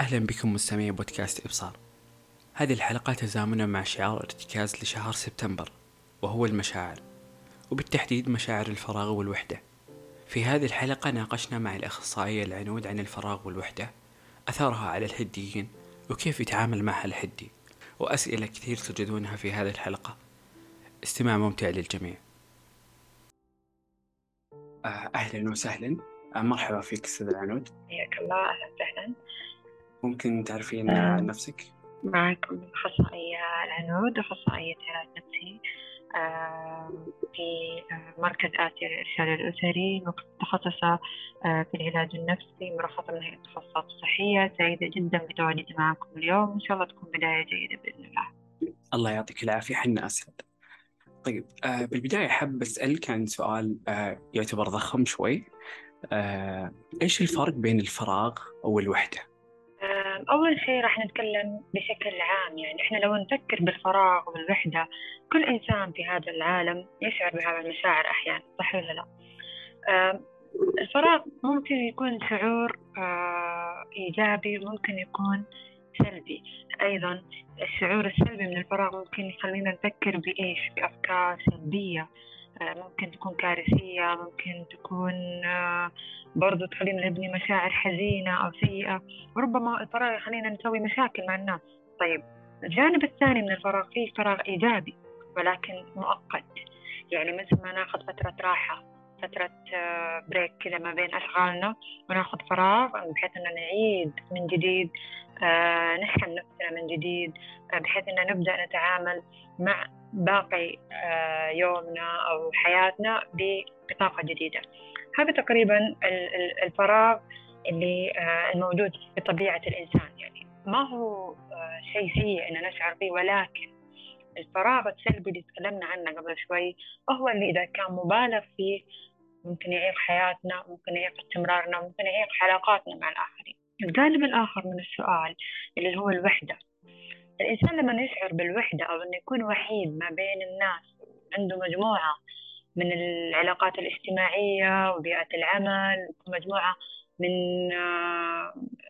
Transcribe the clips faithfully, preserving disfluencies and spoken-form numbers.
أهلا بكم مستمعي بودكاست إبصار. هذه الحلقة تزامنا مع شعار ارتكاز لشهر سبتمبر، وهو المشاعر، وبالتحديد مشاعر الفراغ والوحدة. في هذه الحلقة ناقشنا مع الأخصائية العنود عن الفراغ والوحدة، أثرها على الحديين وكيف يتعامل معها الحدي، وأسئلة كثير تجدونها في هذه الحلقة. استماع ممتع للجميع. آه، أهلا وسهلا. آه، مرحبا فيك أستاذ العنود. حياك الله، أهلا وسهلا. ممكن تعرفين آه، نفسك؟ معكم أخصائية العنود، أخصائية علاج نفسي آه، في آه، مركز آسيا للإرشاد الأسري، متخصصة آه، في العلاج النفسي، مرخصة من هيئة التخصصات الصحية. سعيدة جدا بتواجدي معكم اليوم، إن شاء الله تكون بداية جيدة بإذن الله. الله يعطيك العافية، حنا أسعد. طيب، آه بالبداية حاب أسألك عن سؤال آه يعتبر ضخم شوي. آه إيش الفرق بين الفراغ والوحدة؟ آه، أول شيء راح نتكلم بشكل عام. يعني إحنا لو نفكر بالفراغ والوحدة، كل إنسان في هذا العالم يشعر بهذا المشاعر أحيانا، صح ولا لا؟ آه، الفراغ ممكن يكون شعور آه، إيجابي، ممكن يكون سلبي أيضا. الشعور السلبي من الفراغ ممكن يخلينا نفكر بإيش، بأفكار سلبية، آه، ممكن تكون كارثية، ممكن تكون آه، برضو تخلينا نبني مشاعر حزينة أو سيئة. وربما الفراغ يخلينا نسوي مشاكل مع الناس. طيب، الجانب الثاني من الفراغ فيه فراغ إيجابي ولكن مؤقت. يعني مثل ما ناخذ فترة راحة، فترة آه، بريك كذا ما بين أشغالنا، وناخذ فراغ بحيث أن نعيد من جديد، آه، نشحن نفسنا من جديد، آه، بحيث أن نبدأ نتعامل مع باقي آه، يومنا أو حياتنا بطاقة جديدة. هذا تقريبا ال- ال- الفراغ اللي آه، الموجود في طبيعة الإنسان. يعني ما هو آه، شيء سيء أن نشعر به، ولكن الفراغ السلبي اللي تكلمنا عنه قبل شوي هو اللي إذا كان مبالغ فيه ممكن يعيق حياتنا، ممكن يعيق استمرارنا، ممكن يعيق علاقاتنا مع الآخرين. الجانب الآخر من السؤال اللي هو الوحدة. الإنسان لما يشعر بالوحدة أو أنه يكون وحيد ما بين الناس، عنده مجموعة من العلاقات الاجتماعية وبيئة العمل، مجموعة من آه،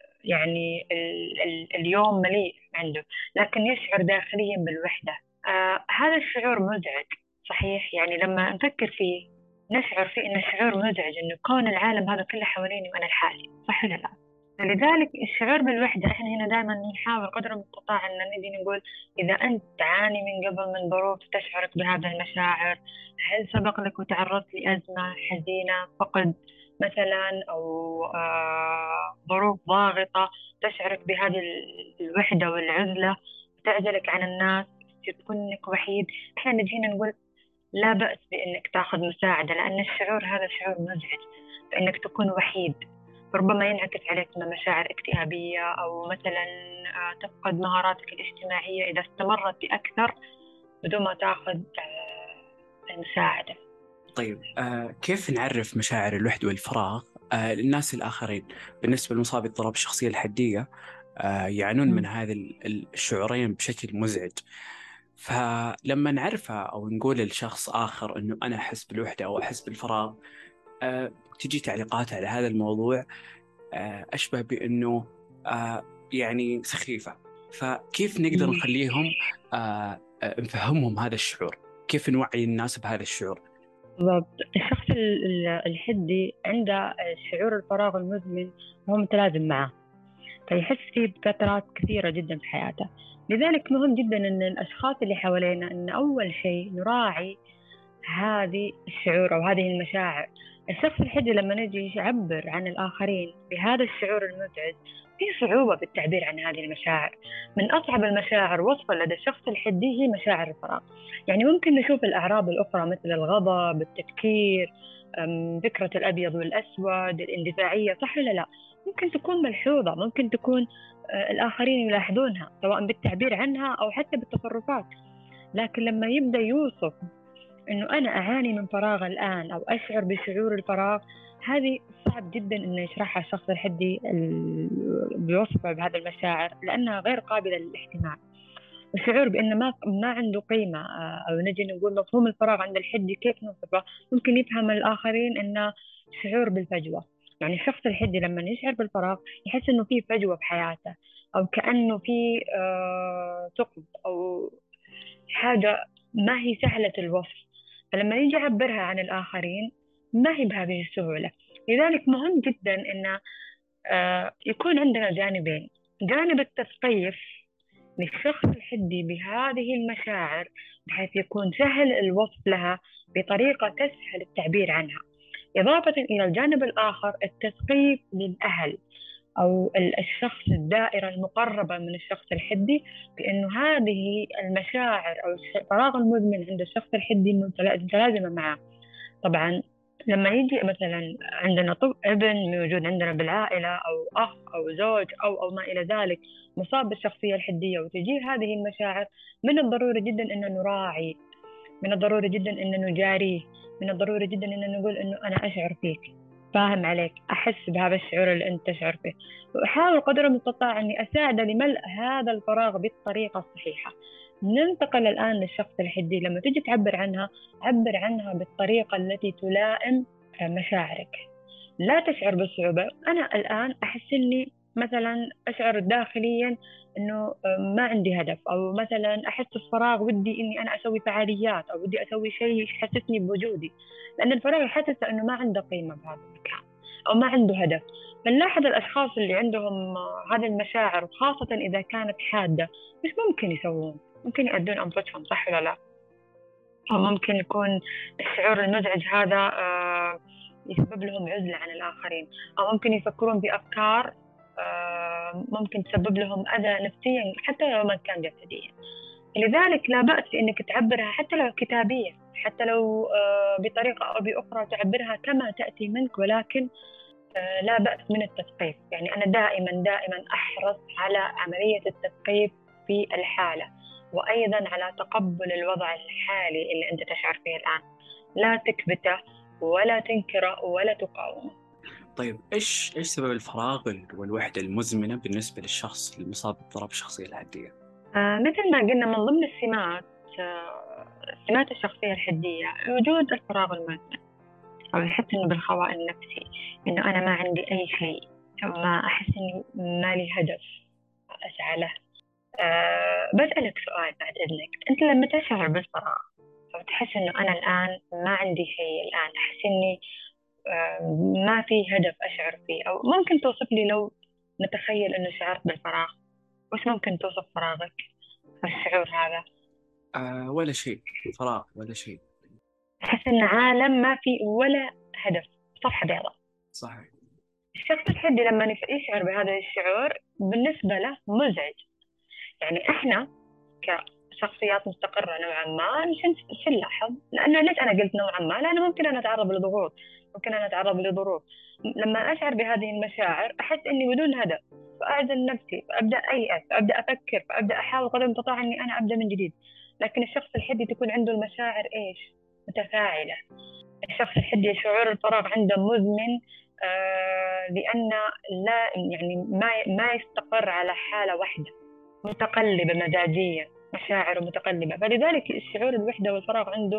يعني ال ال اليوم مليء عنده، لكن يشعر داخليا بالوحدة. آه هذا الشعور مزعج صحيح. يعني لما نفكر فيه نشعر فيه إن الشعور مزعج، إنه كون العالم هذا كله حواليني وأنا لحالي، صح ولا لا؟ لذلك الشعور بالوحدة إحنا هنا دائما نحاول قدر المستطاع أن نجي نقول إذا أنت تعاني من قبل من ظروف تشعرك بهذه المشاعر، هل سبق لك وتعرضت لأزمة حزينة، فقد مثلا، أو آه ظروف ضاغطة تشعرك بهذه الوحدة والعزلة، تعزلك عن الناس، تكون إنك وحيد. إحنا نجينا نقول لا بأس بإنك تاخذ مساعدة، لأن الشعور هذا شعور مزعج، فإنك تكون وحيد ربما ينعكس عليك مشاعر اكتئابية، أو مثلا آه، تفقد مهاراتك الاجتماعية إذا استمرت بأكثر بدون ما تاخذ آه، المساعدة. طيب، آه كيف نعرف مشاعر الوحدة والفراغ آه للناس الآخرين؟ بالنسبة للمصاب باضطراب الشخصية الحدية، آه يعانون من مم. هذه ال- الشعورين بشكل مزعج. فلما نعرفها أو نقول لشخص آخر أنه أنا أحس بالوحدة أو أحس بالفراغ، آه تجي تعليقات على هذا الموضوع آه أشبه بأنه آه يعني سخيفة. فكيف نقدر مم. نخليهم آه آه نفهمهم هذا الشعور؟ كيف نوعي الناس بهذا الشعور؟ بالضبط. الشخص ال- ال- الحدي عنده شعور الفراغ المزمن وهو متلازم معه، فيحس فيه بفترات كثيرة جدا في حياته. لذلك مهم جدا أن الأشخاص اللي حوالينا أن أول شيء نراعي هذه الشعور أو هذه المشاعر. الشخص الحدي لما نجي يعبر عن الآخرين بهذا الشعور المزعج، في صعوبة بالتعبير عن هذه المشاعر. من أصعب المشاعر وصفا لدى الشخص الحدي هي مشاعر الفراغ. يعني ممكن نشوف الأعراض الأخرى مثل الغضب، التفكير، أم، فكرة الأبيض والأسود، الاندفاعية، صح ولا لا؟ ممكن تكون ملحوظة، ممكن تكون آه، الآخرين يلاحظونها سواء بالتعبير عنها أو حتى بالتصرفات. لكن لما يبدأ يوصف إنه أنا أعاني من فراغ الآن أو أشعر بشعور الفراغ، هذه صعب جدا إنه يشرحها الشخص الحدي ال- بيوصفه بهذه المشاعر، لأنها غير قابلة للاحتمال. الشعور بأنه ما ما عنده قيمة، آه، أو نجي نقول مفهوم الفراغ عند الحدي كيف نوصفه؟ ممكن يفهم الآخرين إنه شعور بالفجوة، يعني الشخص الحدي لما يشعر بالفراغ يحس إنه في فجوة بحياته، أو كأنه في آه ثقب أو حاجة ما هي سهلة الوصف. فلما يجي يعبرها عن الآخرين ما هي بهذه السهولة. لذلك مهم جدا إن آه يكون عندنا جانبين: جانب التثقيف للشخص الحدي بهذه المشاعر بحيث يكون سهل الوصف لها بطريقة تسهل التعبير عنها، إضافة إلى الجانب الآخر التثقيف للأهل أو ال- الشخص الدائرة المقربة من الشخص الحدي بأنه هذه المشاعر أو الش- الفراغ المزمن عند الشخص الحدي متلازمة معه. طبعا لما يجي مثلا عندنا طب ابن موجود عندنا بالعائلة أو أخ أو زوج أو أو ما إلى ذلك مصاب بالشخصية الحدية وتجي هذه المشاعر، من الضروري جدا أن نراعي، من الضروري جدا أن نجاريه، من الضروري جدا أن نقول أنه أنا أشعر فيك، فاهم عليك، أحس بهذا الشعور اللي أنت تشعر فيه، وأحاول قدر المستطاع أني أساعده لملء هذا الفراغ بالطريقة الصحيحة. ننتقل الآن للشخص الحدي، لما تجي تعبر عنها عبر عنها بالطريقة التي تلائم مشاعرك، لا تشعر بالصعوبة. أنا الآن أحس إني مثلا أشعر داخليا إنه ما عندي هدف، أو مثلا أحس بفراغ ودي إني أنا أسوي فعاليات أو ودي أسوي شيء يحسسني بوجودي، لأن الفراغ يحسس إنه ما عنده قيمة بهذا المكان أو ما عنده هدف. فنلاحظ الأشخاص اللي عندهم هذه المشاعر وخاصة إذا كانت حادة مش ممكن يسوون، ممكن يأذون أنفسهم، صح ولا لا؟ أو ممكن يكون الشعور المزعج هذا آه، يسبب لهم عزلة عن الآخرين، أو ممكن يفكرون بأفكار آه، ممكن تسبب لهم أذى نفسيا حتى لو ما كان جسديا. لذلك لا بأس إنك تعبرها حتى لو كتابيا، حتى لو آه، بطريقة أو بأخرى تعبرها كما تأتي منك، ولكن آه، لا بأس من التثقيف. يعني أنا دائما دائما أحرص على عملية التثقيف في الحالة، وأيضا على تقبل الوضع الحالي اللي أنت تشعر فيه الآن، لا تكبته ولا تنكره ولا تقاومه. طيب إيش إيش سبب الفراغ والوحدة المزمنة بالنسبة للشخص المصاب باضطراب الشخصية الحدية؟ آه مثل ما قلنا من ضمن السمات آه سمات الشخصية الحدية وجود الفراغ المزمن، أو الحس إنه بالخواء النفسي، إنه أنا ما عندي أي شيء، أو ما أحس إني ما لي هدف أسعى له. أه بسألك سؤال بعد إذنك، أنت لما تشعر بالفراغ أو تحس إنه أنا الآن ما عندي شيء، الآن أحس إني أه ما في هدف أشعر فيه، أو ممكن توصف لي لو نتخيل إنه شعرت بالفراغ، وش ممكن توصف فراغك الشعور هذا؟ آه ولا شيء، فراغ ولا شيء. أحس إن عالم ما في ولا هدف، صفحة بيضاء. صحيح. الشخص الحدي لما يشعر بهذا الشعور بالنسبة له مزعج. يعني إحنا كشخصيات مستقرة نوعا ما شو نلاحظ؟ لأنه ليش أنا قلت نوعا ما؟ لأنه ممكن أنا أتعرض لضغوط، ممكن أنا أتعرض لظروف. لما أشعر بهذه المشاعر أحس إني بدون هدف، فأعزل نفسي، فأبدأ أيأس، فأبدأ أفكر، فأبدأ أحاول قدر المستطاع إني أنا أبدأ من جديد. لكن الشخص الحدي تكون عنده المشاعر إيش؟ متفاعلة. الشخص الحدي شعور الفراغ عنده مزمن آه لأن لا يعني ما ما يستقر على حالة واحدة، متقلبة مزاجيا، مشاعر متقلبة، فلذلك الشعور الوحدة والفراغ عنده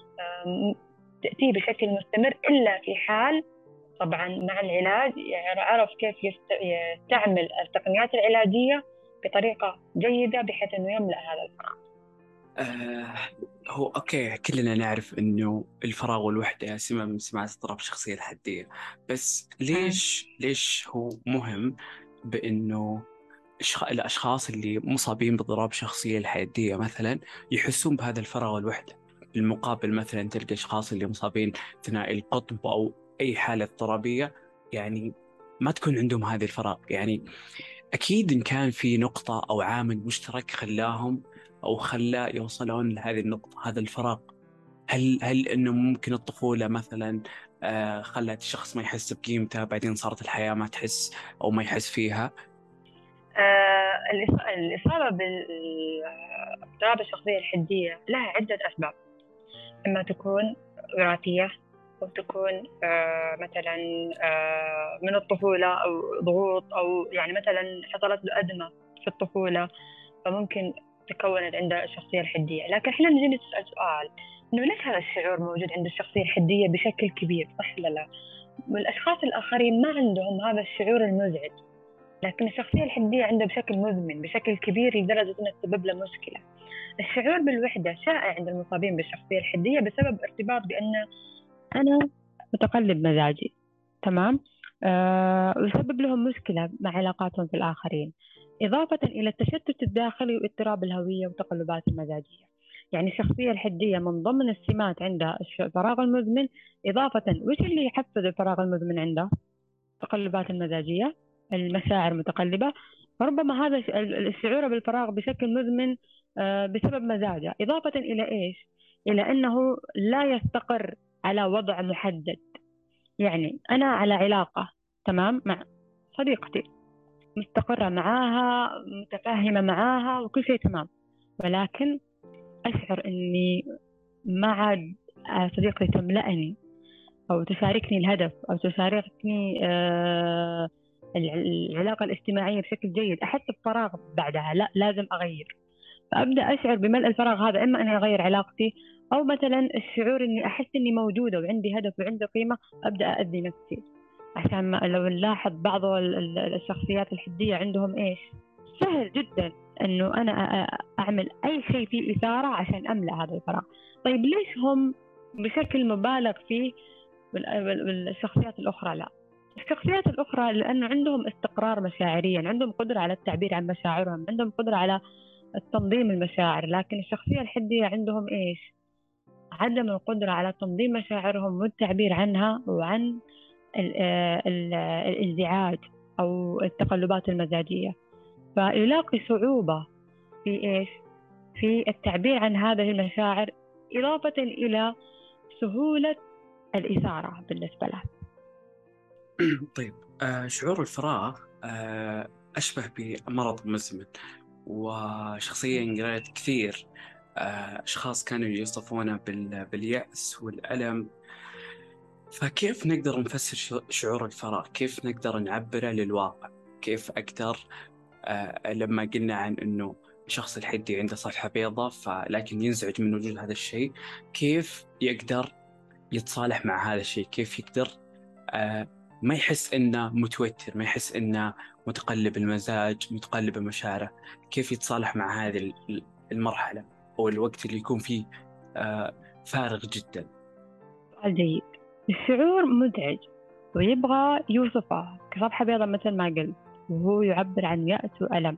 تأتي بشكل مستمر، إلا في حال طبعا مع العلاج يعني عرف كيف يستعمل التقنيات العلاجية بطريقة جيدة بحيث أنه يملأ هذا الفراغ. آه هو أوكي، كلنا نعرف إنه الفراغ والوحدة سمة من سمات اضطراب الشخصية الحدية، بس ليش ليش هو مهم بإنه الشخ... الأشخاص اللي مصابين باضطراب الشخصية الحدية مثلا يحسون بهذا الفراغ والوحدة، بالمقابل مثلا تلقى أشخاص اللي مصابين ثنائي القطب أو أي حالة اضطرابية يعني ما تكون عندهم هذه الفراغ. يعني أكيد إن كان في نقطة أو عامل مشترك خلاهم أو خلاه يوصلون لهذه النقطة، هذا الفراغ. هل هل إنه ممكن الطفولة مثلا آه خلت الشخص ما يحس بقيمته، بعدين صارت الحياة ما تحس أو ما يحس فيها؟ آه الإصابة باضطراب الشخصية الحدية لها عدة أسباب، إما تكون وراثية، أو تكون آه مثلا آه من الطفولة، أو ضغوط، أو يعني مثلا حصلت له أزمة في الطفولة فممكن تكونت عنده الشخصية الحدية. لكن احنا نجي نسأل سؤال، إنه ليش هذا الشعور موجود عند الشخصية الحدية بشكل كبير، صح ولا لا؟ والأشخاص الآخرين ما عندهم هذا الشعور المزعج، لكن الشخصية الحدية عنده بشكل مزمن بشكل كبير لدرجة أنه تسبب له مشكلة. الشعور بالوحدة شائع عند المصابين بالشخصية الحدية بسبب ارتباط بأن أنا متقلب مزاجي، تمام. آه ويسبب لهم مشكلة مع علاقاتهم في الآخرين، إضافة إلى التشتت الداخلي واضطراب الهوية وتقلبات المزاجية. يعني الشخصية الحدية من ضمن السمات عندها الفراغ المزمن، إضافة وش اللي يحفز الفراغ المزمن عنده؟ التقلبات المزاجية، المشاعر متقلبة. فربما هذا الشعور بالفراغ بشكل مزمن آه، بسبب مزاجه، إضافة إلى إيش؟ إلى أنه لا يستقر على وضع محدد. يعني أنا على علاقة، تمام، مع صديقتي، مستقرة معاها، متفاهمة معاها، وكل شيء تمام، ولكن أشعر أني ما عاد صديقتي تملأني أو تشاركني الهدف أو تشاركني آه العلاقة الاجتماعية بشكل جيد، أحس بفراغ بعدها، لا لازم أغير. فأبدأ أشعر بملء الفراغ هذا، إما أني أغير علاقتي، أو مثلا الشعور إني أحس إني موجودة وعندي هدف وعندي قيمة، أبدأ أأذي نفسي. عشان ما لو نلاحظ بعض الشخصيات الحدية عندهم إيش، سهل جدا إنه أنا أعمل أي شيء فيه إثارة عشان أملأ هذا الفراغ. طيب ليش هم بشكل مبالغ فيه والشخصيات الأخرى لا؟ الشخصيات الأخرى لأنه عندهم استقرار مشاعريا، عندهم قدرة على التعبير عن مشاعرهم، عندهم قدرة على التنظيم المشاعر. لكن الشخصية الحدية عندهم إيش؟ عدم القدرة على تنظيم مشاعرهم والتعبير عنها، وعن الانزعاج أو التقلبات المزاجية. فيلاقي صعوبة في إيش؟ في التعبير عن هذه المشاعر، إضافة إلى سهولة الإثارة بالنسبة له. طيب، آه شعور الفراغ آه أشبه بمرض مزمن، وشخصيا قرأت كثير آه أشخاص كانوا يوصفونه بال- باليأس والألم. فكيف نقدر نفسر شعور الفراغ؟ كيف نقدر نعبره للواقع؟ كيف أقدر آه لما قلنا عن أنه الشخص الحدي عنده صفحة بيضاء فلكن ينزعج من وجود هذا الشيء، كيف يقدر يتصالح مع هذا الشيء؟ كيف يقدر آه ما يحس إنه متوتر، ما يحس إنه متقلب المزاج، متقلب مشاعره؟ كيف يتصالح مع هذه المرحلة أو الوقت اللي يكون فيه آه فارغ جدا؟ سؤال جيد. الشعور مزعج ويبغى يوصفه كصفحة بيضاء مثل ما قلت، وهو يعبر عن يأس وألم.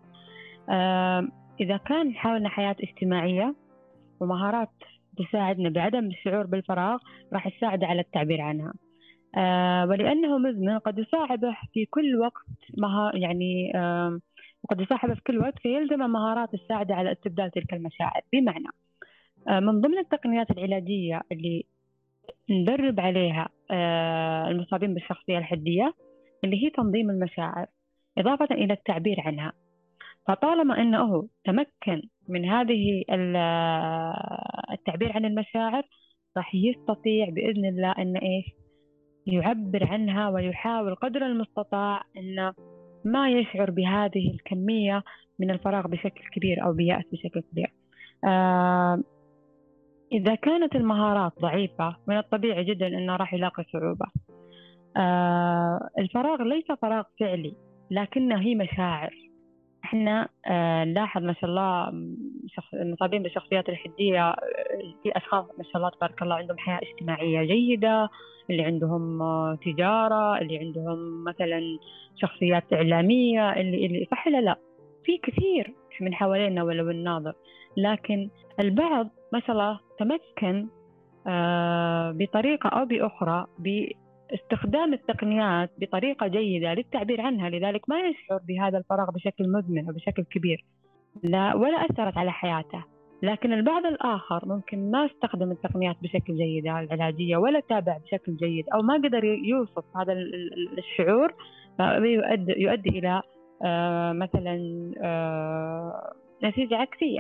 إذا كان حاولنا حياة اجتماعية ومهارات تساعدنا بعدم الشعور بالفراغ، راح يساعد على التعبير عنها. آه ولأنه مزمن قد يصاحبه في كل وقت مها يعني آه وقد يصاحبه في كل وقت، فيلزم مهارات تساعد على استبدال تلك المشاعر. بمعنى آه من ضمن التقنيات العلاجية اللي ندرب عليها آه المصابين بالشخصية الحدية اللي هي تنظيم المشاعر، إضافة إلى التعبير عنها. فطالما أنه تمكن من هذه التعبير عن المشاعر، راح يستطيع بإذن الله أن إيش؟ يعبر عنها ويحاول قدر المستطاع أن ما يشعر بهذه الكمية من الفراغ بشكل كبير أو بيأس بشكل كبير. آه إذا كانت المهارات ضعيفة، من الطبيعي جدا أنه راح يلاقي صعوبة. آه الفراغ ليس فراغ فعلي، لكنه هي مشاعر. احنا آه نلاحظ ما شاء الله شخص المصابين بالشخصيات الحدية، في أشخاص ما شاء الله تبارك الله عندهم حياة اجتماعية جيدة، اللي عندهم آه تجارة، اللي عندهم مثلا شخصيات إعلامية، اللي اللي صح لا لا، في كثير من حوالينا ولو الناظر. لكن البعض ما شاء الله تمكن آه بطريقة أو بأخرى باستخدام التقنيات بطريقة جيدة للتعبير عنها، لذلك ما يشعر بهذا الفراغ بشكل مزمن أو بشكل كبير، لا ولا أثرت على حياته. لكن البعض الآخر ممكن ما استخدم التقنيات بشكل جيد العلاجية، ولا تابع بشكل جيد، أو ما قدر يوصف هذا الشعور، فيؤدي يؤدي إلى آه مثلا آه نتيجة عكسية.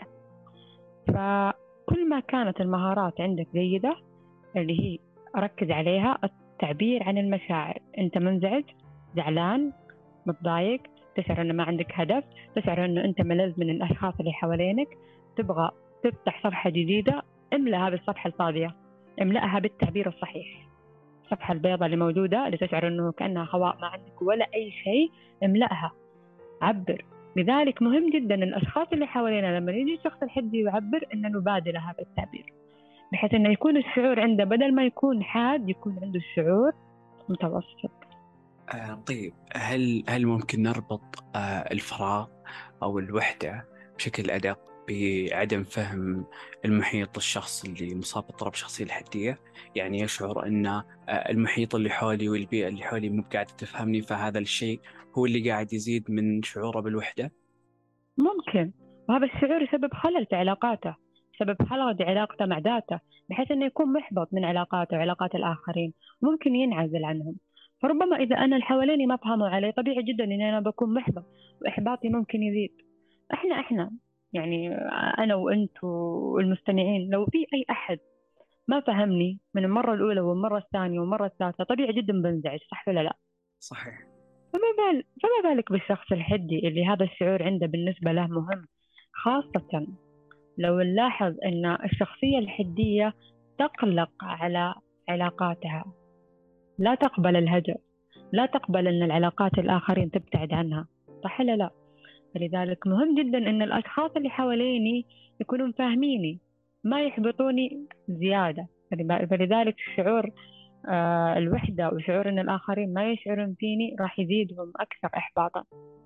فكل ما كانت المهارات عندك جيدة، اللي هي أركز عليها التعبير عن المشاعر، أنت منزعج، زعلان، متضايق، تشعر أنه ما عندك هدف، تشعر أنه أنت ملذ من الأشخاص اللي حوالينك، تبغى تفتح صفحة جديدة، املأها بالصفحة الفاضية، املأها بالتعبير الصحيح. الصفحة البيضاء اللي موجودة اللي تشعر أنه كأنها هواء، ما عندك ولا أي شيء، املأها، عبر. لذلك مهم جدا الأشخاص اللي حوالينا لما يجي الشخص الحدي يعبر أن نبادل هذا التعبير، بحيث أنه يكون الشعور عنده بدل ما يكون حاد يكون عنده الشعور متوسط. آه طيب، هل هل ممكن نربط آه الفراغ أو الوحدة بشكل أدق بعدم فهم المحيط الشخص اللي مصاب باضطراب الشخصية الحدية؟ يعني يشعر أن آه المحيط اللي حولي والبيئة اللي حولي مو قاعدة تفهمني، فهذا الشيء هو اللي قاعد يزيد من شعوره بالوحدة؟ ممكن، وهذا الشعور يسبب خلل في علاقاته، سبب خلل في علاقته مع ذاته، بحيث أنه يكون محبط من علاقاته وعلاقات الآخرين، ممكن ينعزل عنهم. فربما إذا أنا اللي حواليني ما فهموا علي، طبيعي جدا أني أنا بكون محبط وإحباطي ممكن يزيد. إحنا إحنا يعني أنا وأنت والمستمعين، لو في أي أحد ما فهمني من المرة الأولى والمرة الثانية والمرة الثالثة، طبيعي جدا بنزعج، صح ولا لا؟ صحيح. فما بال فما بالك بالشخص الحدي اللي هذا الشعور عنده بالنسبة له مهم، خاصة لو نلاحظ أن الشخصية الحدية تقلق على علاقاتها، لا تقبل الهجر، لا تقبل أن العلاقات الآخرين تبتعد عنها، صح ولا لا؟ فلذلك مهم جدا أن الأشخاص اللي حواليني يكونوا فاهميني، ما يحبطوني زيادة. فلذلك شعور آه الوحدة وشعور أن الآخرين ما يشعرون فيني راح يزيدهم أكثر إحباطا.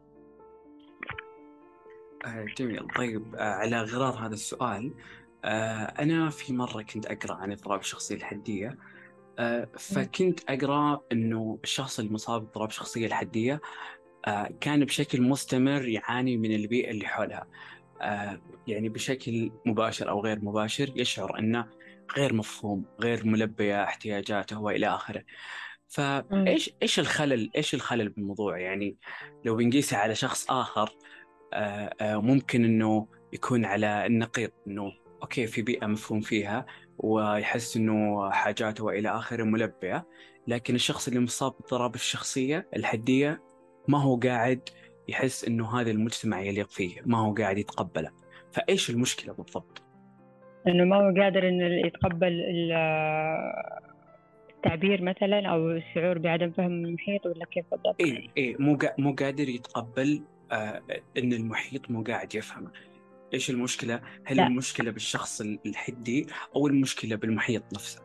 آه جميل. طيب، آه على غرار هذا السؤال، آه أنا في مرة كنت أقرأ عن اضطراب الشخصية الحدية، آه فكنت أقرأ أنه الشخص المصاب باضطراب الشخصية الحدية آه كان بشكل مستمر يعاني من البيئة اللي حولها، آه يعني بشكل مباشر أو غير مباشر يشعر أنه غير مفهوم، غير ملبية احتياجاته وإلى آخره. مم. فإيش إيش الخلل إيش الخلل بالموضوع؟ يعني لو بنقيسها على شخص آخر، آه آه ممكن أنه يكون على النقيض، أنه أوكي في بيئة مفهوم فيها ويحس أنه حاجاته وإلى آخره ملبية، لكن الشخص اللي مصاب باضطراب الشخصية الحدية ما هو قاعد يحس أنه هذا المجتمع يليق فيه، ما هو قاعد يتقبله. فإيش المشكلة بالضبط؟ إنه ما هو قادر إنه يتقبل ال- التعبير مثلا، أو الشعور بعدم فهم المحيط، ولا كيف بالضبط؟ إيه إيه مو قا- مو قادر يتقبل آه أن المحيط مو قاعد يفهمه. إيش المشكلة؟ هل لا، المشكلة بالشخص الحدي أو المشكلة بالمحيط نفسه؟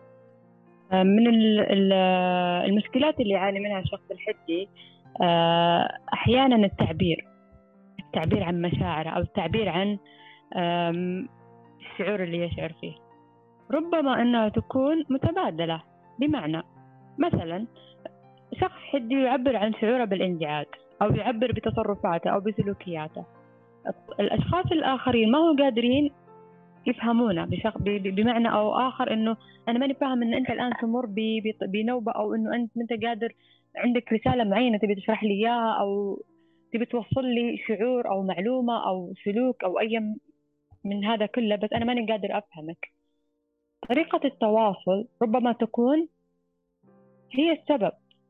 من ال- ال- المشكلات اللي يعاني منها الشخص الحدي آه، أحيانا التعبير التعبير عن مشاعره، أو التعبير عن آم، الشعور اللي يشعر فيه، ربما أنها تكون متبادلة. بمعنى مثلا شخص حدي يعبر عن شعوره بالانزعاج، أو يعبر بتصرفاته أو بسلوكياته، الأشخاص الآخرين ما هو قادرين يفهمونه بشخ... ب... ب- بمعنى أو آخر، إنه أنا ماني فاهم إن أنت الآن تمر ب... ب... بنوبة، أو إنه أنت أنت قادر عندك رسالة معينة تبي تشرح لي إياها، أو تبي توصل لي شعور أو معلومة أو سلوك أو أي من هذا كله، بس أنا ماني قادر أفهمك. طريقة التواصل ربما تكون هي السبب.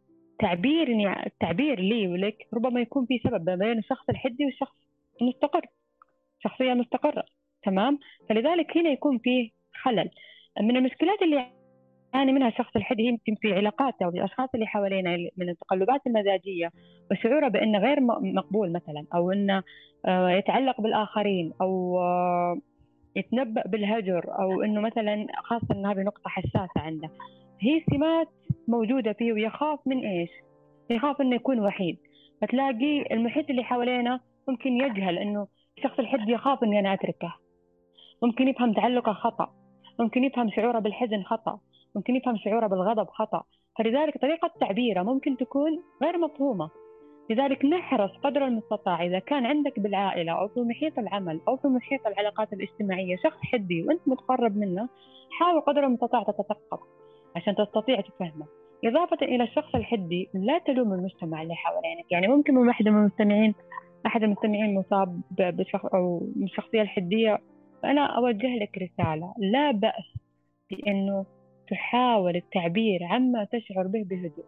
تعبيرني التعبير لي ولك ربما يكون في سبب بين الشخص الحدي والشخص المستقر، شخصية مستقرة، تمام؟ فلذلك هنا يكون فيه خلل. من المشكلات اللي يعاني منها الشخص الحدي يمكن في علاقاته والأشخاص اللي حوالينا من التقلبات المزاجية، وشعوره بأنه غير م- مقبول مثلا، أو أنه آه، يتعلق بالآخرين، أو آه، يتنبأ بالهجر، أو أنه مثلا، خاصة أن هذه نقطة حساسة عنده، هي سمات موجودة فيه، ويخاف من إيش؟ يخاف أنه يكون وحيد. فتلاقي المحيط اللي حوالينا ممكن يجهل أنه الشخص الحدي يخاف أني أنا أتركه، ممكن يفهم تعلقه خطأ، ممكن يفهم شعوره بالحزن خطأ، ممكن يفهم شعوره بالغضب خطأ. فلذلك طريقة تعبيره ممكن تكون غير مفهومة. لذلك نحرص قدر المستطاع إذا كان عندك بالعائلة أو في محيط العمل أو في محيط العلاقات الاجتماعية شخص حدي وأنت متقرب منه، حاول قدر المستطاع تتثقف عشان تستطيع تفهمه. إضافة إلى الشخص الحدي، لا تلوم المجتمع اللي حوالينك. يعني ممكن من واحد من المستمعين أحد المستمعين مصاب بشخص أو بالشخصية الحدية، فأنا أوجه لك رسالة: لا بأس بأنه تحاول التعبير عما تشعر به بهدوء.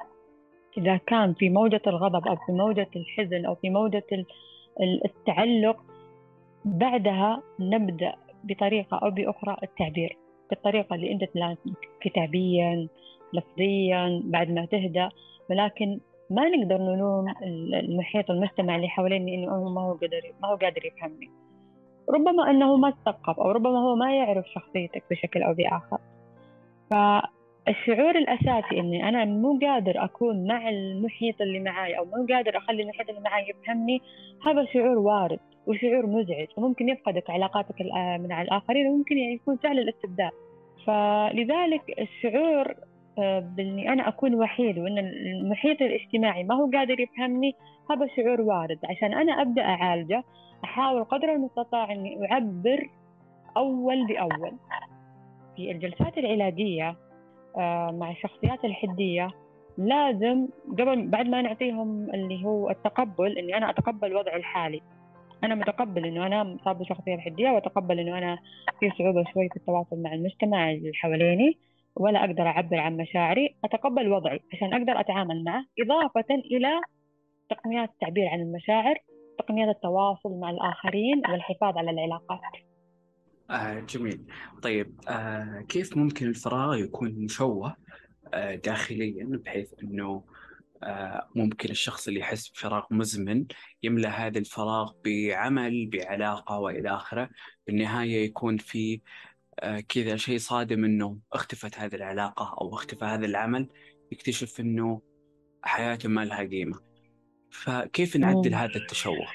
إذا كان في موجة الغضب أو في موجة الحزن أو في موجة التعلق، بعدها نبدأ بطريقة أو بأخرى التعبير بالطريقة اللي أنت تناسبك، كتابيا، لفظيا بعد ما تهدى، ولكن ما نقدر نلوم المحيط المجتمع اللي حواليني إنه هو ما هو قادر ما هو قادر يفهمني. ربما أنه ما تثقف، أو ربما هو ما يعرف شخصيتك بشكل أو بآخر. فالشعور الأساسي إني أنا مو قادر أكون مع المحيط اللي معاي، أو مو قادر أخلي المحيط اللي معاي يفهمني، هذا شعور وارد وشعور مزعج، وممكن يفقدك علاقاتك مع الآخرين، وممكن يعني يكون سهل الاستبدال. فلذلك الشعور آه، بإني أنا أكون وحيد وإن المحيط الاجتماعي ما هو قادر يفهمني، هذا شعور وارد. عشان أنا أبدأ أعالجه أحاول قدر المستطاع إني أعبر أول بأول. في الجلسات العلاجية آه، مع الشخصيات الحدية لازم قبل بعد ما نعطيهم اللي هو التقبل، إني أنا أتقبل وضعي الحالي، أنا متقبل إنه أنا مصاب بشخصية الحدية، وأتقبل إنه أنا في صعوبة شوي في التواصل مع المجتمع اللي حواليني، ولا أقدر أعبر عن مشاعري. أتقبل وضعي عشان أقدر أتعامل معه، إضافة إلى تقنيات التعبير عن المشاعر، تقنيات التواصل مع الآخرين، والحفاظ على العلاقات. آه جميل. طيب آه كيف ممكن الفراغ يكون مشوه آه داخليا، بحيث أنه آه ممكن الشخص اللي يحس بفراغ مزمن يملأ هذا الفراغ بعمل، بعلاقة وإلى آخره، بالنهاية يكون في آه كذا شيء صادم أنه اختفت هذه العلاقة أو اختفى هذا العمل، يكتشف أنه حياته ما لها قيمة. فكيف نعدل مم. هذا التشوه؟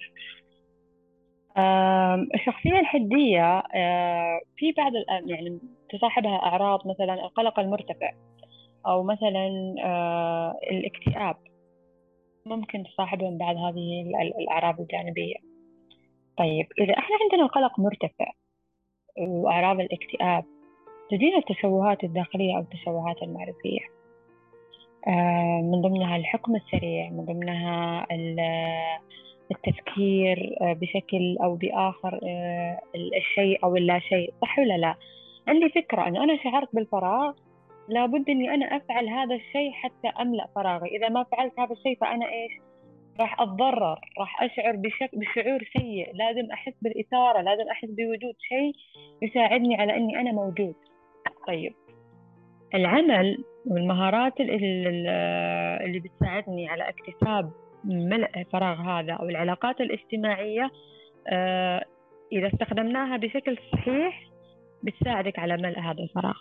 آم، الشخصية الحدية آه، في بعض الأ- يعني تصاحبها أعراض مثلا القلق المرتفع، أو مثلا آه، الاكتئاب، ممكن تصاحبهم بعض هذه ال- ال- الأعراض الجانبية. طيب إذا إحنا عندنا القلق مرتفع وأعراض الاكتئاب، تجينا التشوهات الداخلية أو التشوهات المعرفية. آه، من ضمنها الحكم السريع، من ضمنها ال- التفكير آه، بشكل أو بآخر، آه، الشيء أو اللا شيء. صح ولا لا؟ عندي فكرة أنه أنا شعرت بالفراغ، لابد أني أنا أفعل هذا الشيء حتى أملأ فراغي. إذا ما فعلت هذا الشيء فأنا إيش؟ راح أتضرر، راح أشعر بشك بشعور سيء. لازم أحس بالإثارة، لازم أحس بوجود شيء يساعدني على أني أنا موجود. طيب العمل والمهارات ال- ال- اللي بتساعدني على اكتساب ملء الفراغ هذا، أو العلاقات الاجتماعية، آه، إذا استخدمناها بشكل صحيح بتساعدك على ملء هذا الفراغ.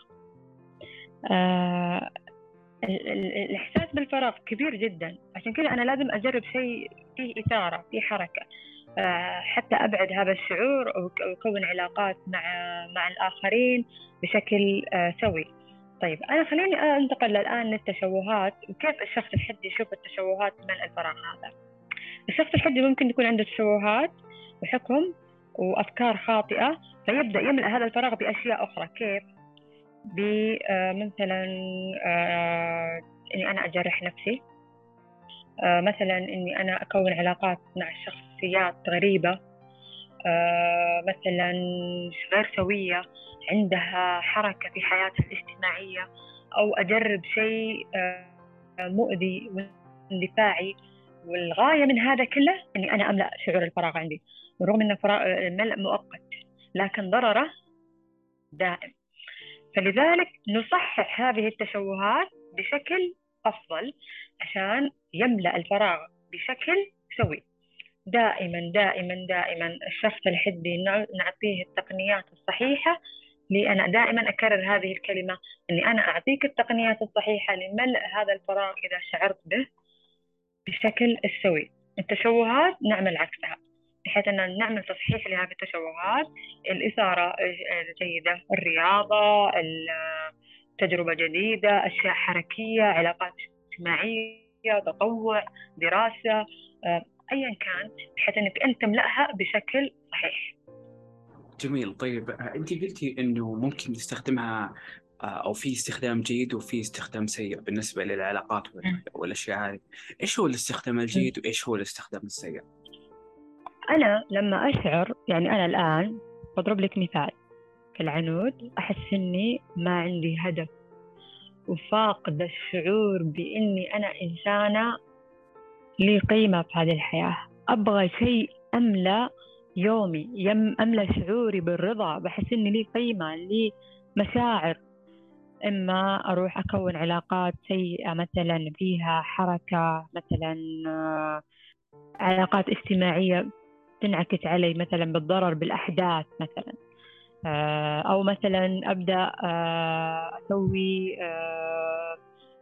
آه، ال- ال- الإحساس بالفراغ كبير جدا، عشان كذا أنا لازم أجرب شيء فيه إثارة، فيه حركة، آه، حتى أبعد هذا الشعور وك- وأكون علاقات مع مع الآخرين بشكل آه، سوي. طيب أنا خليني أنتقل الآن للتشوهات، وكيف الشخص الحدي يشوف التشوهات ملء الفراغ هذا. الشخص الحدي ممكن يكون عنده تشوهات وحكم وأفكار خاطئة، فيبدأ يملأ هذا الفراغ بأشياء أخرى. كيف؟ بمثلا إني أنا أجرح نفسي، آه، مثلا إني أنا أكون علاقات مع شخصيات غريبة، آه، مثلا غير سوية، عندها حركة في حياتها الاجتماعية، أو أجرب شيء آه، مؤذي واندفاعي. والغاية من هذا كله إني أنا أملأ شعور الفراغ عندي، بالرغم أن الملء مؤقت لكن ضرره دائم. فلذلك نصحح هذه التشوهات بشكل أفضل عشان يملأ الفراغ بشكل سوي. دائما دائما دائما الشخص الحدي نعطيه التقنيات الصحيحة. لي أنا دائما أكرر هذه الكلمة، أني أنا أعطيك التقنيات الصحيحة لملء هذا الفراغ إذا شعرت به بشكل السوي. التشوهات نعمل عكسها، بحيث أن نعمل تصحيح لهذه التشوهات. الإثارة الجيدة، الرياضة، تجربة جديدة، أشياء حركية، علاقات اجتماعية، تطوع، دراسة، آه، أيا كان، بحيث أنك أنت تملأها بشكل صحيح. جميل. طيب آه، أنت قلتي أنه ممكن نستخدمها آه، أو في استخدام جيد وفي استخدام سيء بالنسبة للعلاقات وال- والأشياء هذه. إيش هو الاستخدام الجيد وإيش هو الاستخدام السيء؟ أنا لما أشعر، يعني أنا الآن بضرب لك مثال كالعنود، أحس إني ما عندي هدف وفاقد الشعور بإني أنا إنسانة لي قيمة في هذه الحياة. أبغى شيء أملأ يومي، يم أملأ شعوري بالرضا، بحس إني لي قيمة، لي مشاعر. إما أروح أكون علاقات سيئة مثلا فيها حركة، مثلا آه، علاقات اجتماعية تنعكس علي مثلا بالضرر بالأحداث مثلا، آه، أو مثلا أبدأ آه، أسوي آه،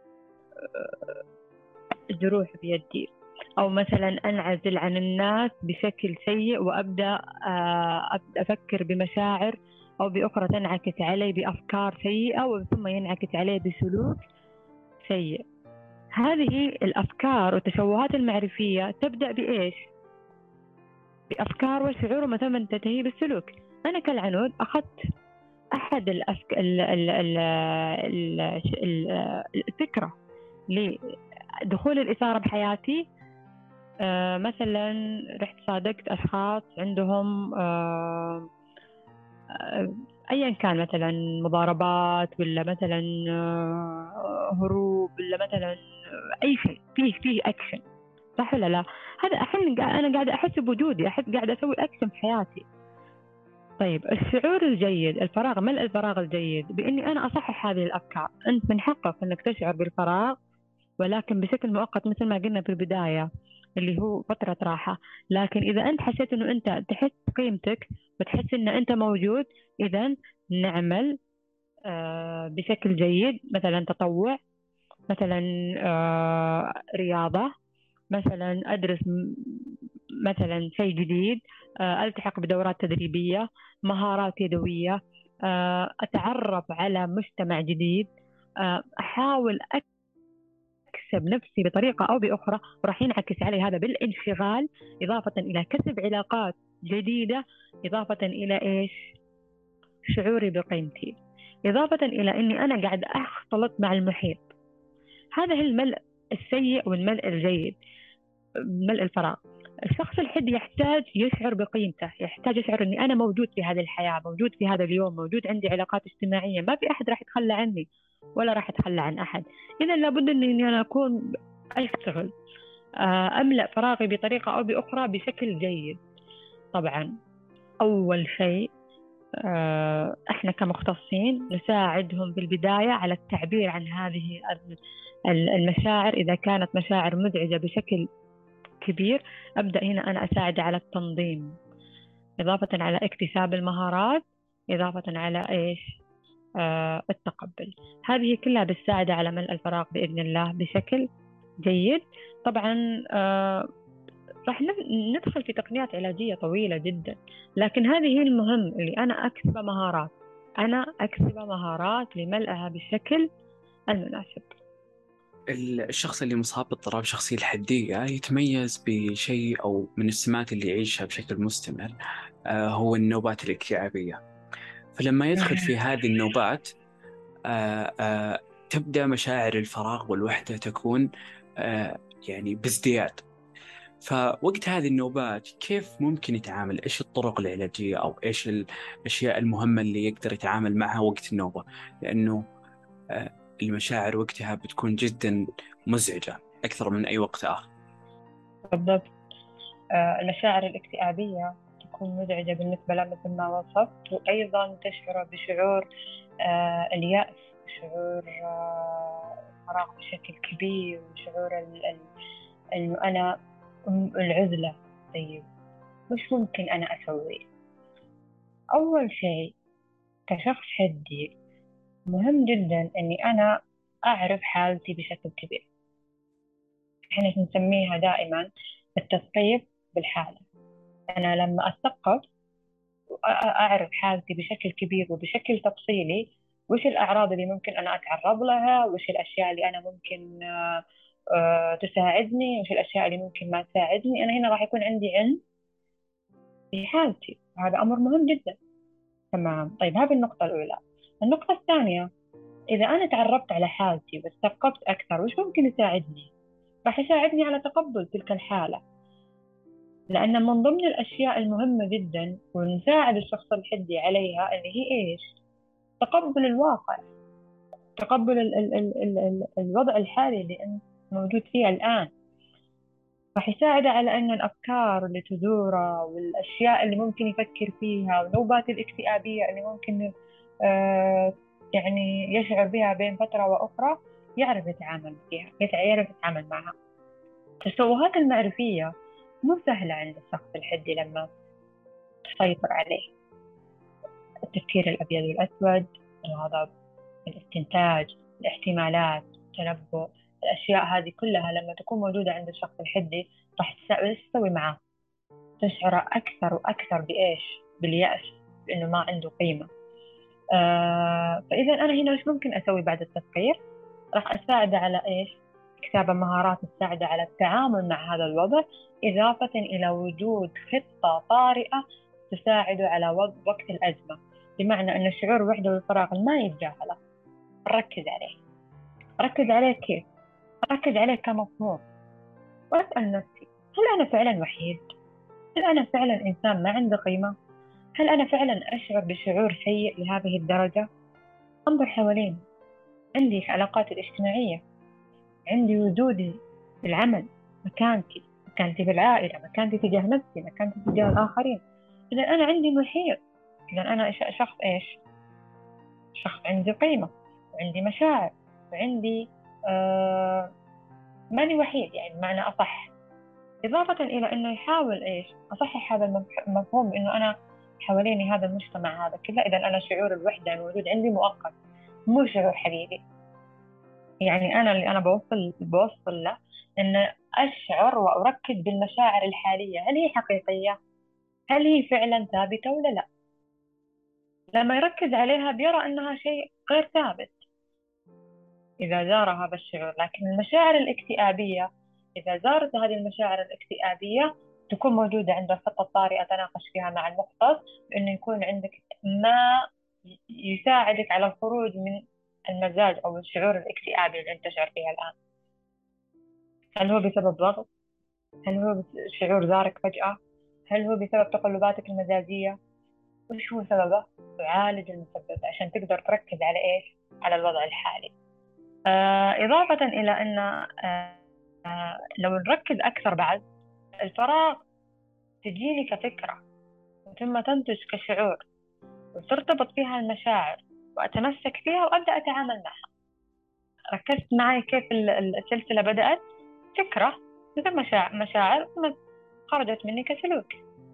جروح بيدي، أو مثلا أنعزل عن الناس بشكل سيء وأبدأ آه، أبدأ أفكر بمشاعر أو بأخرى تنعكس علي بأفكار سيئة وثم ينعكس علي بسلوك سيء. هذه الأفكار والتشوهات المعرفية تبدأ بإيش؟ بأفكار وشعور وثم تنتهي بالسلوك. أنا كالعنود أخذت أحد الأفك... ال... ال... ال... ال... ال... الفكرة لدخول الإثارة بحياتي. آه مثلا رحت صادقت أشخاص عندهم آه آه أيا كان، مثلا مضاربات ولا مثلا آه هروب ولا مثلا أي شيء فيه فيه أكشن، صح ولا لا؟ هذا الحين أنا قاعدة أحس بوجودي، أحس قاعدة أسوي أكشن في حياتي. طيب الشعور الجيد، الفراغ، ملء الفراغ الجيد بإني أنا أصحح هذه الأفكار. أنت من حقك أنك تشعر بالفراغ، ولكن بشكل مؤقت مثل ما قلنا في البداية اللي هو فترة راحة. لكن إذا أنت حسيت أنه أنت تحس بقيمتك وتحس أن أنت موجود، إذا نعمل آه بشكل جيد، مثلا تطوع، مثلا آه رياضة، مثلا أدرس مثلا شيء جديد، آه ألتحق بدورات تدريبية، مهارات يدوية، آه أتعرف على مجتمع جديد، آه أحاول أكسب نفسي بطريقة أو بأخرى، وراح ينعكس علي هذا بالانشغال، إضافة إلى كسب علاقات جديدة، إضافة إلى إيش؟ شعوري بقيمتي، إضافة إلى أني أنا قاعد أختلط مع المحيط. هذا هو الملء السيء والملء الجيد، ملء الفراغ. الشخص الحد يحتاج يشعر بقيمته، يحتاج يشعر أني أنا موجود في هذه الحياة، موجود في هذا اليوم، موجود عندي علاقات اجتماعية، ما في أحد راح يتخلى عني ولا راح أتخلى عن أحد. إذا لابد أني أنا أكون أشتغل أملأ فراغي بطريقة أو بأخرى بشكل جيد. طبعا أول شيء إحنا كمختصين نساعدهم بالبداية على التعبير عن هذه المشاعر. إذا كانت مشاعر مزعجة بشكل كبير، أبدأ هنا أنا أساعد على التنظيم، إضافة على اكتساب المهارات، إضافة على إيش؟ آه التقبل. هذه كلها بتساعد على ملء الفراغ بإذن الله بشكل جيد. طبعا آه راح ندخل في تقنيات علاجية طويلة جدا، لكن هذه هي المهم، اللي أنا أكسب مهارات، أنا أكسب مهارات لملئها بالشكل المناسب. الشخص اللي مصاب باضطراب شخصية الحدية يتميز بشيء أو من السمات اللي يعيشها بشكل مستمر، آه، هو النوبات الاكتئابية. فلما يدخل في هذه النوبات آه، آه، تبدأ مشاعر الفراغ والوحدة تكون آه، يعني بازدياد. فوقت هذه النوبات كيف ممكن يتعامل؟ إيش الطرق العلاجية أو إيش الأشياء المهمة اللي يقدر يتعامل معها وقت النوبة؟ لأنه آه، المشاعر وقتها بتكون جدا مزعجة أكثر من أي وقت آخر. بالضبط. آه، المشاعر الاكتئابية تكون مزعجة بالنسبة لها مثل ما وصفت، وأيضا تشعر بشعور آه، اليأس، شعور آه، الفراغ بشكل كبير، وشعور أنه أنا العزلة. طيب وش ممكن أنا أسوي؟ أول شيء كشخص حدي مهم جدا أني أنا أعرف حالتي بشكل كبير. إحنا نسميها دائما التثقيف بالحالة. أنا لما أثقف وأعرف حالتي بشكل كبير وبشكل تفصيلي، وش الأعراض اللي ممكن أنا أتعرض لها، وش الأشياء اللي أنا ممكن آه، آه، تساعدني، وش الأشياء اللي ممكن ما تساعدني، أنا هنا راح يكون عندي علم في حالتي. هذا أمر مهم جدا. تمام. طيب هذه النقطة الأولى. النقطة الثانية، إذا أنا تعرفت على حالتي واستثقفت أكثر، وش ممكن يساعدني؟ راح يساعدني على تقبل تلك الحالة، لأن من ضمن الأشياء المهمة جدا ونساعد الشخص الحدي عليها اللي هي إيش؟ تقبل الواقع، تقبل ال ال ال ال ال الوضع الحالي اللي أنت موجود فيه الآن. راح يساعده على أن الأفكار اللي تدوره والأشياء اللي ممكن يفكر فيها والنوبات الاكتئابية اللي ممكن آه يعني يشعر بها بين فترة وأخرى يعرف يتعامل فيها، يعرف يتعامل معها. التشوهات المعرفية مو سهلة عند الشخص الحدي لما تسيطر عليه. التفكير الأبيض والأسود، الغضب، الاستنتاج، الاحتمالات، التنبؤ، الأشياء هذه كلها لما تكون موجودة عند الشخص الحدي راح تسوي معاه؟ تشعر أكثر وأكثر بإيش؟ باليأس، بإنه ما عنده قيمة. آه فإذا أنا هنا وش ممكن أسوي بعد التفكير؟ راح أساعده على إيش؟ اكتساب مهارات تساعده على التعامل مع هذا الوضع، إضافة إلى وجود خطة طارئة تساعده على وقت الأزمة. بمعنى أن الشعور بالوحدة والفراغ ما يتجاهله، ركز عليه. ركز عليه كيف؟ ركز عليه كمفهوم، وأسأل نفسي: هل أنا فعلا وحيد؟ هل أنا فعلا إنسان ما عنده قيمة؟ هل أنا فعلا أشعر بشعور سيء لهذه الدرجة؟ انظر حوالين، عندي علاقاتي الاجتماعية، عندي وجودي في العمل، مكانتي مكانتي في العائلة، مكانتي تجاه نفسي، مكانتي تجاه الآخرين. إذا أنا عندي محيط، إذا أنا شخص إيش؟ شخص عندي قيمة وعندي مشاعر وعندي آه ماني وحيد، يعني بمعنى أصح. إضافة إلى أنه يحاول إيش؟ أصحح هذا المفهوم إنه أنا حواليني هذا المجتمع هذا كله، إذا أنا شعور الوحدة الموجود عندي مؤقت، مو شعور حقيقي. يعني أنا اللي أنا بوصل بوصل له إن أشعر وأركز بالمشاعر الحالية، هل هي حقيقية؟ هل هي فعلا ثابتة ولا لا؟ لما يركز عليها بيرى أنها شيء غير ثابت إذا زار هذا الشعور. لكن المشاعر الاكتئابية، إذا زارت هذه المشاعر الاكتئابية تكون موجودة عند الخطة الطارئة تناقش فيها مع المختص، بأنه يكون عندك ما يساعدك على الخروج من المزاج أو الشعور الاكتئابي اللي أنت تشعر فيه الآن. هل هو بسبب ضغط؟ هل هو شعور زارك فجأة؟ هل هو بسبب تقلباتك المزاجية؟ وش هو سببه؟ تعالج المسبب عشان تقدر تركز على إيش؟ على الوضع الحالي. آه إضافة إلى أن آه آه لو نركز أكثر بعد، الفراغ تجيني كفكرة ثم تنتج كشعور وترتبط فيها المشاعر وأتمسك فيها وأبدأ أتعامل معها. ركزت معي كيف السلسلة بدأت؟ فكرة مثل مشاعر, مشاعر ثم خرجت مني كسلوك،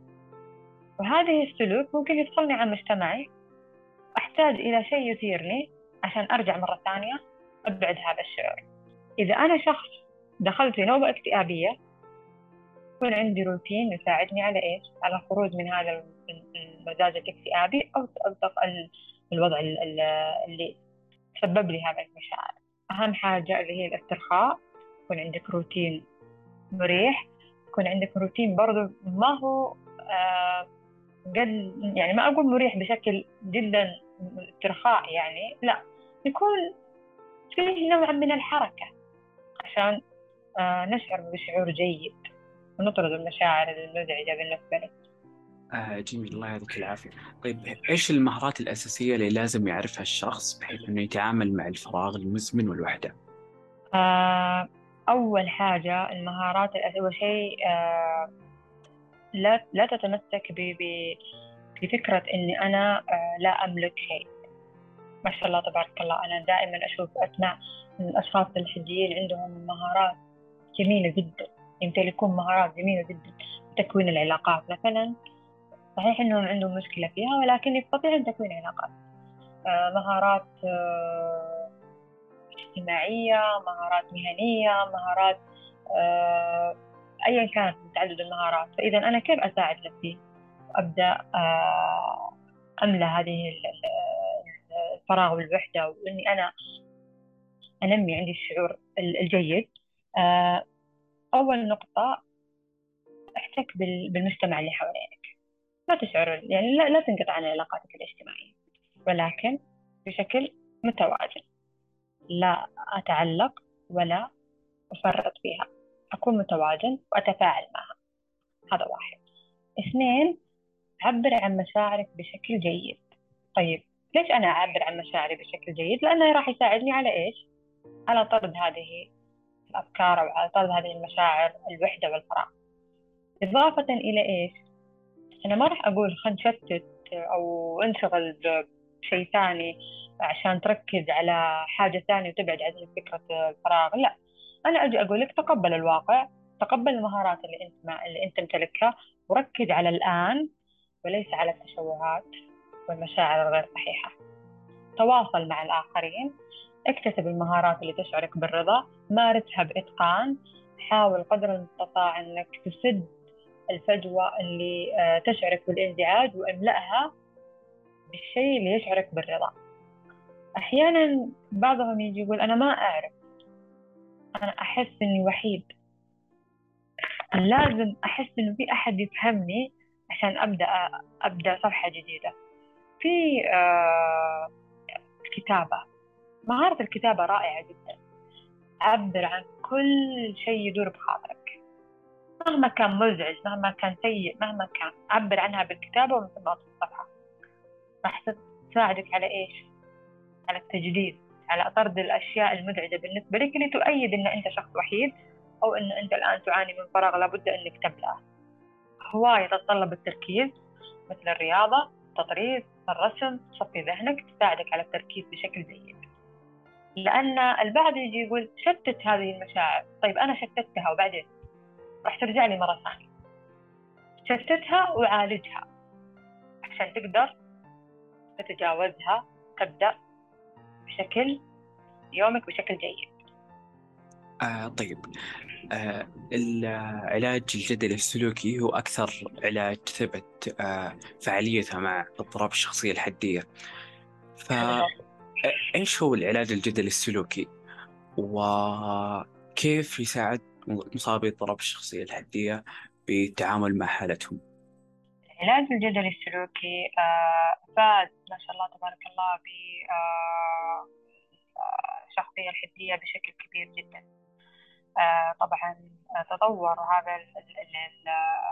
وهذه السلوك ممكن يفصلني عن مجتمعي، أحتاج إلى شيء يثيرني عشان أرجع مرة ثانية أبعد هذا الشعور. إذا أنا شخص دخلت في نوبة اكتئابية، يكون عندي روتين يساعدني على إيش؟ على الخروج من هذا المزاج الاكتئابي أو الوضع اللي سبب لي هذا المشاعر. أهم حاجة اللي هي الاسترخاء، يكون عندك روتين مريح، يكون عندك روتين برضو ما هو آه قد يعني ما أقول مريح بشكل جدا استرخاء يعني، لا، يكون فيه نوع من الحركة عشان آه نشعر بشعور جيد ونطرد المشاعر المزعجة بالنسبة لك. آه جميل، الله يعطيك العافية. طيب إيش المهارات الأساسية اللي لازم يعرفها الشخص بحيث إنه يتعامل مع الفراغ المزمن والوحدة؟ آه أول حاجة المهارات الأساسية، أول شيء آه لا لا تتمسك ب بفكرة إني أنا آه لا أملك شيء. ما شاء الله تبارك الله، أنا دائما أشوف أسمع من الأشخاص الحديين عندهم مهارات جميلة جدا، يمتلكون مهارات جميلة جدا في تكوين العلاقات مثلا. صحيح إنهم عندهم مشكلة فيها ولكن يستطيعون تكوين علاقات. آه مهارات آه اجتماعية، مهارات مهنية، مهارات آه أيا كانت من تعدد المهارات. فإذا أنا كيف أساعد نفسي وأبدأ آه أملى هذه الفراغ والوحدة، وإني أنا أنمي عندي الشعور الجيد؟ آه أول نقطة، احتك بالمجتمع اللي حوالينك. لا تشعر يعني لا, لا تنقطع عن علاقاتك الاجتماعية، ولكن بشكل متوازن. لا أتعلق ولا أفرط فيها، أكون متوازن وأتفاعل معها. هذا واحد. اثنين، عبر عن مشاعرك بشكل جيد. طيب ليش أنا أعبر عن مشاعري بشكل جيد؟ لأنه راح يساعدني على إيش؟ على طرد هذه الأفكار أو على طرد هذه المشاعر الوحدة والفراغ. إضافة إلى إيش؟ أنا ما راح أقول خل نشتت أو انشغل بشيء ثاني عشان تركز على حاجة ثانية وتبعد عن فكرة الفراغ. لا، أنا أجي أقول لك تقبل الواقع، تقبل المهارات اللي أنت ما اللي أنت تمتلكها، وركز على الآن وليس على التشوهات والمشاعر الغير صحيحة. تواصل مع الآخرين، اكتسب المهارات اللي تشعرك بالرضا، مارسها بإتقان، حاول قدر المستطاع أنك تسد الفجوة اللي آه، تشعرك بالانزعاج، واملأها بالشيء اللي يشعرك بالرضا. أحيانا بعضهم يجي يقول أنا ما أعرف، أنا أحس إني وحيد، لازم أحس إنه في أحد يفهمني عشان أبدأ أبدأ صفحة جديدة. في آه الكتابة، مهارة الكتابة رائعة جدا. عبر عن كل شيء يدور بخاطرك، مهما كان مزعج، مهما كان سيء، مهما كان، عبر عنها بالكتابة ومن ثم الصفحة. راح تساعدك على إيش؟ على التجديد، على طرد الأشياء المزعجة بالنسبة لك اللي تؤيد أن أنت شخص وحيد، أو أن أنت الآن تعاني من فراغ لابد أنك تملأه. هواية تتطلب التركيز مثل الرياضة، التطريز، الرسم، تصفي ذهنك، تساعدك على التركيز بشكل جيد. لأن البعض يجي يقول شتت هذه المشاعر. طيب أنا شتتها وبعدين راح ترجع لي مرة ثانية. شتتها وعالجها عشان تقدر تتجاوزها، تبدأ بشكل يومك بشكل جيد. آه طيب، آه العلاج الجدلي السلوكي هو أكثر علاج ثبت آه فعاليته مع اضطراب الشخصية الحدية. فإيش هو العلاج الجدلي السلوكي، وكيف يساعد مصابي اضطراب الشخصية الحدية بالتعامل مع حالتهم؟ العلاج الجدلي السلوكي آه، فاز ما شاء الله تبارك الله بالشخصية الحدية بشكل كبير جدا. آه، طبعا آه، تطور هذا ال- ال- ال-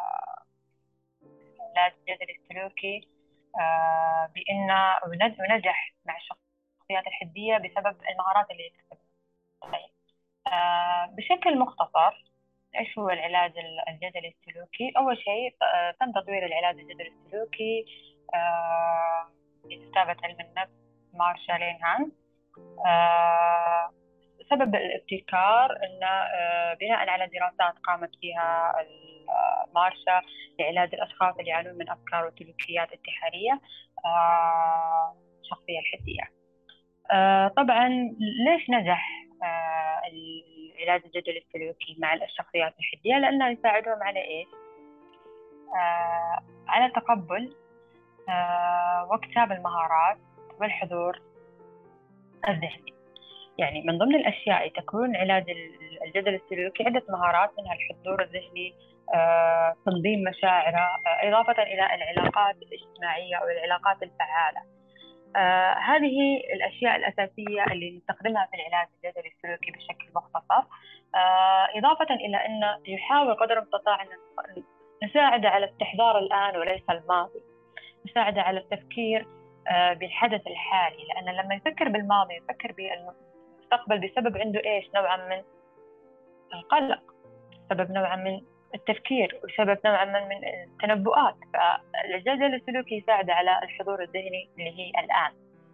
العلاج الجدلي السلوكي آه، بأنه ونج- ونجح مع الشخصيات الحدية بسبب المهارات اللي يكتسبها. طيب، آه، بشكل مختصر، إيش هو العلاج الجدلي السلوكي؟ أول شيء آه، تم تطوير العلاج الجدلي السلوكي آه، بكتابة علم النفس مارشا لينهان. آه، سبب الابتكار أنه آه، بناء على دراسات قامت فيها مارشا لعلاج الأشخاص اللي يعانون من أفكار وسلوكيات انتحارية آه، شخصية الحدية. آه، طبعا ليش نجح آه، العلاج الجدلي السلوكي مع الشخصيات الحدية؟ لأنه يساعدهم على إيش؟ آه، على تقبل آه، واكتساب المهارات والحضور الذهني. يعني من ضمن الأشياء تكون علاج الجدل السلوكي عدة مهارات، منها الحضور الذهني، آه، تنظيم مشاعره، آه، إضافة إلى العلاقات الاجتماعية أو العلاقات الفعالة. آه، هذه الأشياء الأساسية اللي نستخدمها في العلاج الجدلي السلوكي بشكل مختصر. آه، إضافة إلى أنه يحاول قدر المستطاع أن نساعده على استحضار الآن وليس الماضي، نساعده على التفكير آه، بالحدث الحالي، لأن لما يفكر بالماضي يفكر بالمستقبل بسبب عنده إيش؟ نوعا من القلق، سبب نوعا من التفكير، وسبب نوعا من من التنبؤات. فالجدل السلوكي يساعد على الحضور الذهني اللي هي الآن.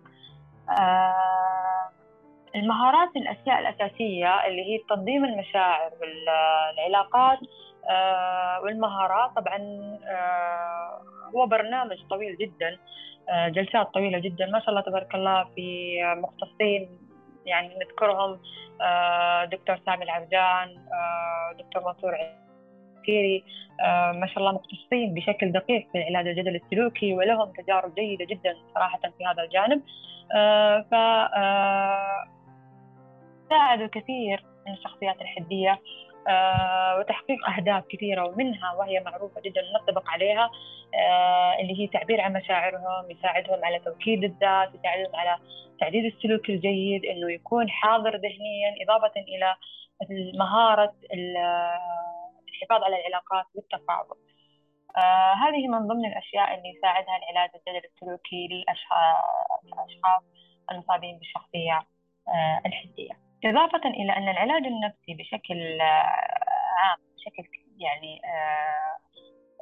آه المهارات الأشياء الأساسية اللي هي تنظيم المشاعر والعلاقات آه والمهارات. طبعا آه هو برنامج طويل جدا، آه جلسات طويلة جدا ما شاء الله تبارك الله، في مختصين يعني نذكرهم آه دكتور سامي العبدان، آه دكتور منصور كثيري، آه ما شاء الله مختصين بشكل دقيق في العلاج الجدلي السلوكي، ولهم تجارب جيدة جدا صراحة في هذا الجانب. آه ف آه ساعدوا كثير من الشخصيات الحدية آه وتحقيق أهداف كثيرة، ومنها وهي معروفة جدا نطبق عليها آه اللي هي تعبير عن مشاعرهم، يساعدهم على توكيد الذات، يساعدهم على تعديل السلوك الجيد، إنه يكون حاضر ذهنيا، إضافة إلى مهارة الحفاظ على العلاقات والتفاوض. آه هذه من ضمن الأشياء اللي يساعدها العلاج الجدلي السلوكي للأشخاص المصابين بالشخصية آه الحدية. إضافة إلى أن العلاج النفسي بشكل آه عام، بشكل يعني آه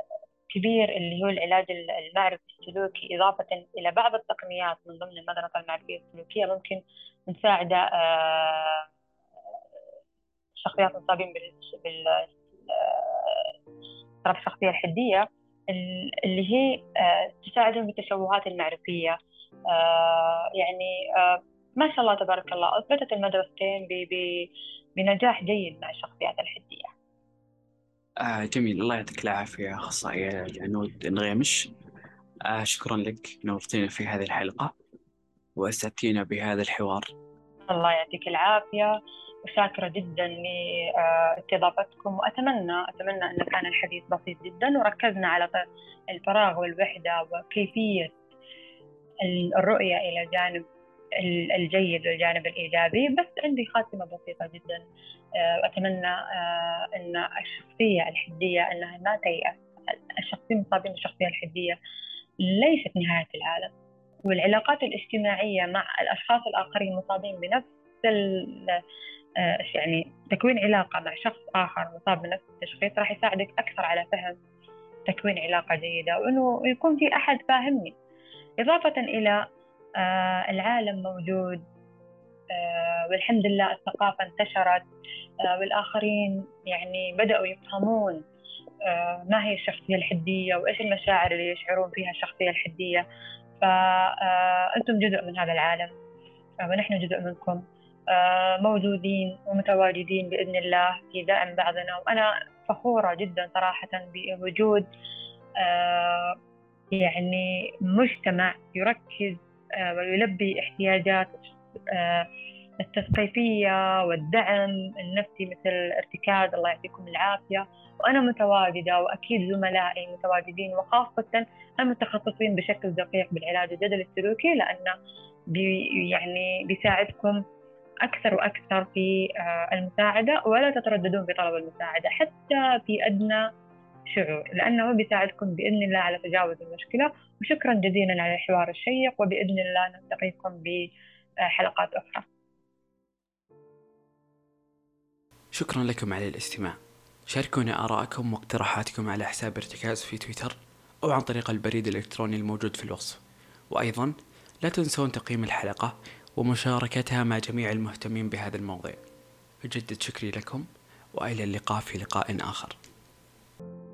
كبير اللي هو العلاج المعرفي السلوكي، إضافة إلى بعض التقنيات من ضمن المدرسة المعرفية السلوكية ممكن مساعدة آه، الشخصيات المصابين بال بال اضطراب الشخصية الحدية، اللي هي آه، تساعدهم بالتشوهات المعرفية. آه، يعني آه، ما شاء الله تبارك الله أثبتت المدرستين ب- ب- بنجاح جيد مع الشخصيات الحدية. آه جميل، الله يعطيك العافية أخصائية العنود الغيمش. آه شكرا لك، نورتينا في هذه الحلقة وأسعدتينا بهذا الحوار. الله يعطيك العافية، وشاكرة جدا لاستضافتكم، وأتمنى أتمنى أن كان الحديث بسيط جدا وركزنا على الفراغ والوحدة وكيفية الرؤية إلى الجانب الجيد والجانب الإيجابي. بس عندي خاتمة بسيطة جدا، أتمنى أن الشخصية الحدية أنها ما تيأس. الشخصية المصابين بالشخصية الحدية ليست نهاية العالم، والعلاقات الاجتماعية مع الأشخاص الآخرين المصابين بنفس يعني تكوين علاقة مع شخص آخر مصاب بنفس التشخيص راح يساعدك أكثر على فهم تكوين علاقة جيدة، وإنه يكون في أحد فاهمني. إضافة إلى آه العالم موجود، آه والحمد لله الثقافة انتشرت، آه والآخرين يعني بدأوا يفهمون آه ما هي الشخصية الحدية وإيش المشاعر اللي يشعرون فيها الشخصية الحدية. فأنتم جزء من هذا العالم ونحن جزء منكم، موجودين ومتواجدين بإذن الله في دعم بعضنا. وأنا فخورة جدا صراحة بوجود يعني مجتمع يركز ويلبي احتياجات التثقيفية والدعم النفسي مثل الارتكاز. الله يعطيكم العافية. وأنا متواجدة وأكيد زملائي متواجدين، وخاصة المتخصصين بشكل دقيق بالعلاج الجدلي السلوكي، لأنه بي يعني بيساعدكم أكثر وأكثر في المساعدة، ولا تترددون في طلب المساعدة حتى في أدنى شعور، لأنه بيساعدكم بإذن الله على تجاوز المشكلة. وشكرا جزيلا على الحوار الشيق، وبإذن الله نلتقيكم بحلقات أخرى. شكرا لكم على الاستماع. شاركونا آراءكم واقتراحاتكم على حساب ارتكاز في تويتر أو عن طريق البريد الإلكتروني الموجود في الوصف. وأيضا لا تنسون تقييم الحلقة ومشاركتها مع جميع المهتمين بهذا الموضوع. أجدد شكري لكم، وإلى اللقاء في لقاء آخر.